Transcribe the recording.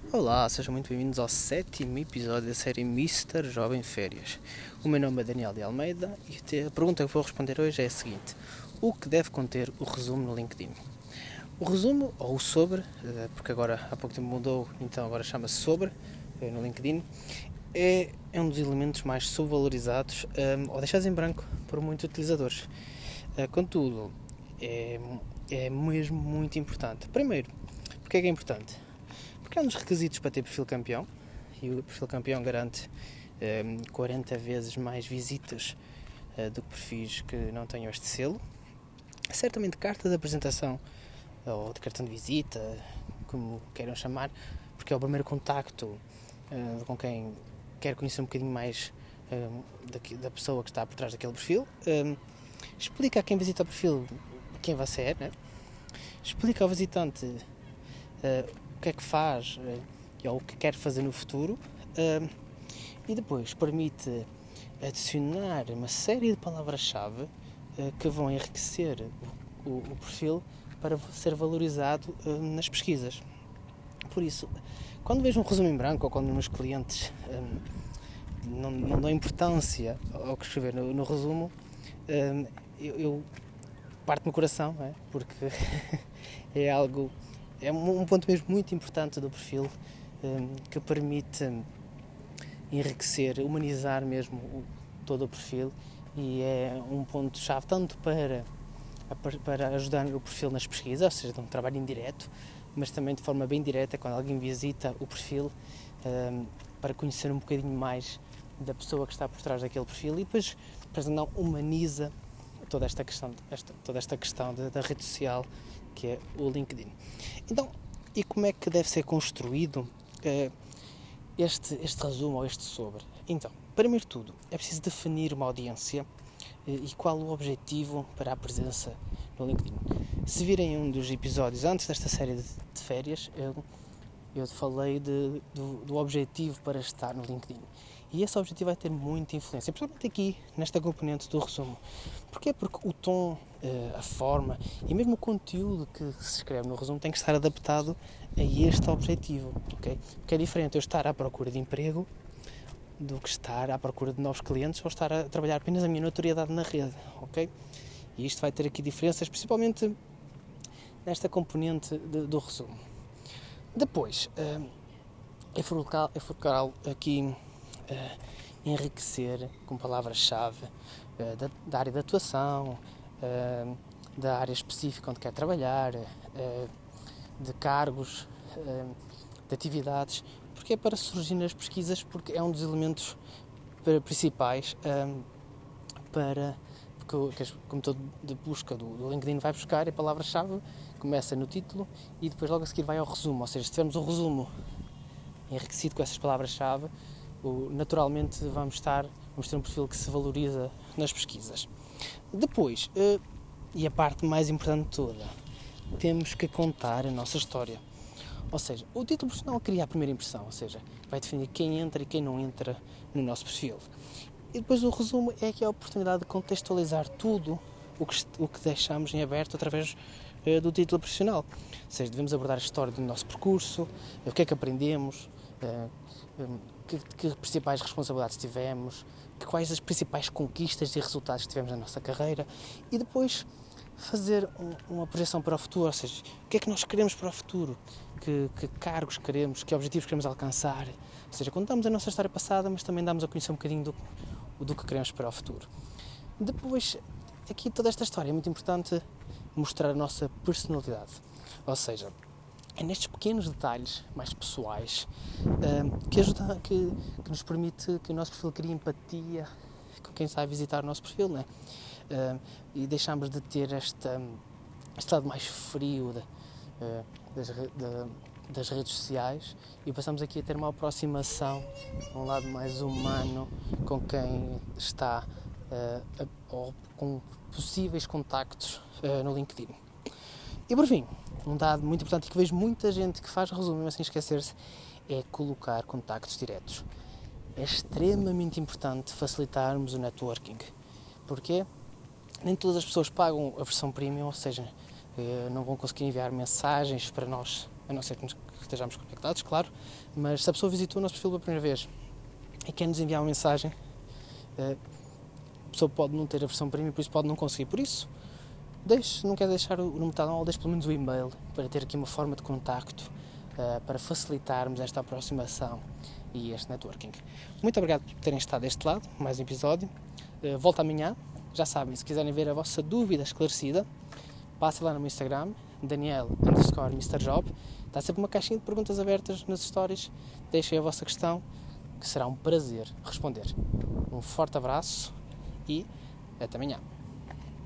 Olá, sejam muito bem-vindos ao 7º episódio da série Mister Jovem Férias. O meu nome é Daniel de Almeida e a pergunta que vou responder hoje é a seguinte: o que deve conter o resumo no LinkedIn? O resumo, ou o sobre, porque agora há pouco tempo mudou, então agora chama-se sobre, no LinkedIn, é um dos elementos mais subvalorizados ou deixados em branco por muitos utilizadores. Contudo, é mesmo muito importante. Primeiro, porque é importante? Porque é um dos requisitos para ter perfil campeão, e o perfil campeão garante 40 vezes mais visitas do que perfis que não tenham este selo. Certamente carta de apresentação ou de cartão de visita, como queiram chamar, porque é o primeiro contacto com quem quer conhecer um bocadinho mais da pessoa que está por trás daquele perfil. Explica a quem visita o perfil quem você é, né? Explica ao visitante o que é que faz ou o que quer fazer no futuro, e depois permite adicionar uma série de palavras-chave que vão enriquecer o perfil para ser valorizado nas pesquisas. Por isso, quando vejo um resumo em branco ou quando os meus clientes não dão importância ao que escrever no resumo, eu parte-me o coração, porque é um ponto mesmo muito importante do perfil, que permite enriquecer, humanizar mesmo todo o perfil, e é um ponto-chave tanto para ajudar o perfil nas pesquisas, ou seja, de um trabalho indireto, mas também de forma bem direta quando alguém visita o perfil, para conhecer um bocadinho mais da pessoa que está por trás daquele perfil, e depois não humaniza toda esta questão da rede social que é o LinkedIn. Então, e como é que deve ser construído este resumo ou este sobre? Então, primeiro de tudo, é preciso definir uma audiência e qual o objetivo para a presença no LinkedIn. Se virem um dos episódios antes desta série de férias, eu falei do objetivo para estar no LinkedIn. E esse objetivo vai ter muita influência, principalmente aqui nesta componente do resumo. Porquê? Porque o tom, a forma e mesmo o conteúdo que se escreve no resumo tem que estar adaptado a este objetivo, ok? Porque é diferente eu estar à procura de emprego do que estar à procura de novos clientes ou estar a trabalhar apenas a minha notoriedade na rede, ok? E isto vai ter aqui diferenças, principalmente nesta componente do resumo. Depois, é focal aqui enriquecer com palavras-chave da área de atuação, da área específica onde quer trabalhar, de cargos, de atividades, porque é para surgir nas pesquisas, porque é um dos elementos principais como todo de busca do LinkedIn vai buscar, a palavra-chave começa no título e depois logo a seguir vai ao resumo, ou seja, se tivermos um resumo enriquecido com essas palavras-chave, naturalmente vamos ter um perfil que se valoriza nas pesquisas. Depois, e a parte mais importante de toda, temos que contar a nossa história. Ou seja, o título profissional cria a primeira impressão, ou seja, vai definir quem entra e quem não entra no nosso perfil. E depois o resumo é que é a oportunidade de contextualizar tudo o que deixamos em aberto através do título profissional. Ou seja, devemos abordar a história do nosso percurso, o que é que aprendemos, que principais responsabilidades tivemos, quais as principais conquistas e resultados que tivemos na nossa carreira, e depois fazer uma projeção para o futuro, ou seja, o que é que nós queremos para o futuro, que cargos queremos, que objetivos queremos alcançar. Ou seja, contamos a nossa história passada, mas também damos a conhecer um bocadinho do que queremos para o futuro. Depois, aqui toda esta história é muito importante mostrar a nossa personalidade, ou seja, é nestes pequenos detalhes mais pessoais que nos permite que o nosso perfil crie empatia com quem sai visitar o nosso perfil, né? E deixamos de ter este lado mais frio das redes sociais e passamos aqui a ter uma aproximação, um lado mais humano com quem está ou com possíveis contactos no LinkedIn. E por fim, um dado muito importante e que vejo muita gente que faz resumo, mas sem esquecer-se, é colocar contactos diretos. É extremamente importante facilitarmos o networking. Porquê? Nem todas as pessoas pagam a versão premium, ou seja, não vão conseguir enviar mensagens para nós, a não ser que que estejamos conectados, claro, mas se a pessoa visitou o nosso perfil pela primeira vez e quer nos enviar uma mensagem, a pessoa pode não ter a versão premium, por isso pode não conseguir. Por isso, se não quer deixar o número de telemóvel, deixe pelo menos o e-mail para ter aqui uma forma de contacto, para facilitarmos esta aproximação e este networking. Muito obrigado por terem estado deste lado, mais um episódio. Volto amanhã, já sabem, se quiserem ver a vossa dúvida esclarecida, passem lá no meu Instagram, Daniel_MrJob. Está sempre uma caixinha de perguntas abertas nas stories. Deixem a vossa questão, que será um prazer responder. Um forte abraço e até amanhã.